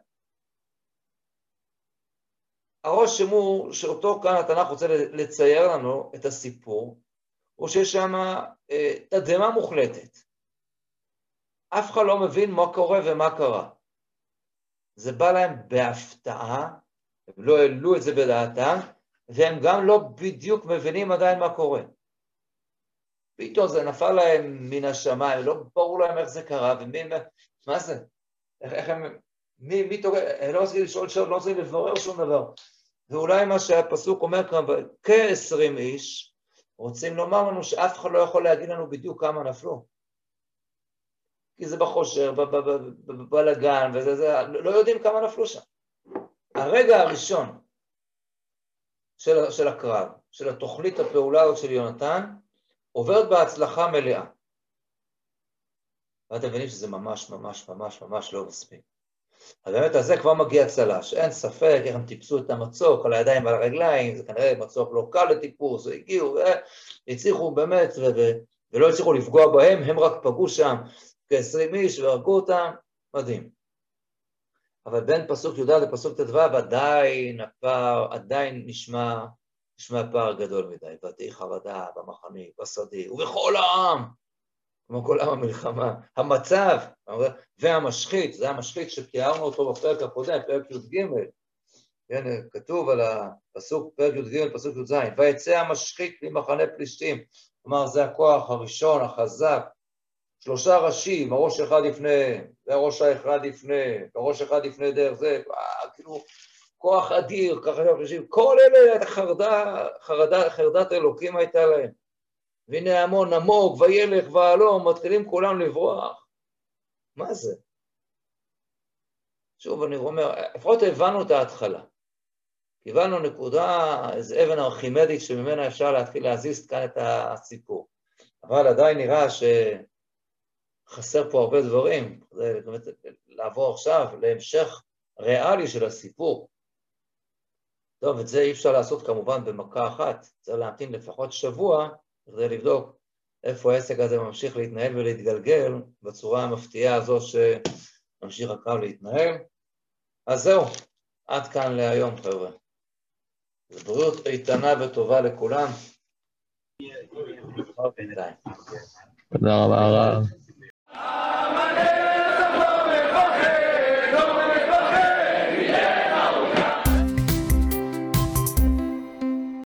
הראש שמור, שאותו כאן התנ"ך רוצה לצייר לנו את הסיפור, הוא שיש שם אה, תדהמה מוחלטת. אף אחד לא מבין מה קורה ומה קרה. זה בא להם בהפתעה, הם לא העלו את זה בדעתם, והם גם לא בדיוק מבינים עדיין מה קורה. פתאום זה נפל להם מן השמיים, לא ברור להם איך זה קרה, ומי, מה זה? איך, איך הם, מי, מי תורא, הם לא רוצים לשאול שאלות, לא רוצים לברר שום דבר. ואולי מה שהפסוק אומר כאן, כ-עשרים איש, רוצים לומר לנו שאף אחד לא יכול להגיד לנו בדיוק כמה נפלו. כי זה בחושר, בבלגן, וזה, זה, לא יודעים כמה נפלו שם. הרגע הראשון של, של הקרב, של התוכנית הפעולה הזאת של יונתן, עוברת בהצלחה מלאה. ואתם מבינים שזה ממש ממש ממש ממש לא מספיק. אז באמת על זה כבר מגיע צל"ש, אין ספק, איך הם טיפסו את המצוק על הידיים ועל הרגליים, זה כנראה מצוק לא קל לטיפוס, הגיעו, הצליחו באמת, ו- ו- ולא הצליחו לפגוע בהם, הם רק פגעו שם כ-עשרים איש והרגו אותם, מדהים. אבל בין פסוק י"ד לפסוק ט"ו עדיין הפער, עדיין נשמע, נשמע פער גדול מדי, ותהי חרדה במחנה, בשדה, ובכל העם, כמו כל עם המלחמה, המצב, והמשחית, זה המשחית שתיארנו אותו בפרק הקודם, פרק י"ג, כן, כתוב על הפסוק, פרק י"ג, פסוק י"ז, ויצא המשחית ממחנה פלישתים, כלומר זה הכוח הראשון, החזק, שלושה ראשים, הראש אחד לפני, והראש האחד לפני, והראש אחד לפני דרך זה, כאילו, כוח אדיר, ככה חושבים, כל אלה, חרדה, חרדה, חרדת אלוקים הייתה להם. והנה המון עמוק, וילך ועלום, מתחילים כולם לברוח. מה זה? שוב, אני אומר, לפחות הבנו את ההתחלה. הבנו נקודה, איזו אבן ארכימדית שממנה אפשר להתחיל להזיז כאן את הסיפור. אבל עדיין נראה שחסר פה הרבה דברים. זה באמת לעבור עכשיו להמשך ריאלי של הסיפור. טוב, את זה אי אפשר לעשות כמובן במכה אחת. צריך להמתין לפחות שבוע, כדי לבדוק איפה העסק הזה ממשיך להתנהל ולהתגלגל בצורה המפתיעה הזו שממשיך הקו להתנהל. אז זהו, עד כאן להיום חבר'ה. בריאות איתנה וטובה לכולם. תודה רבה הרב.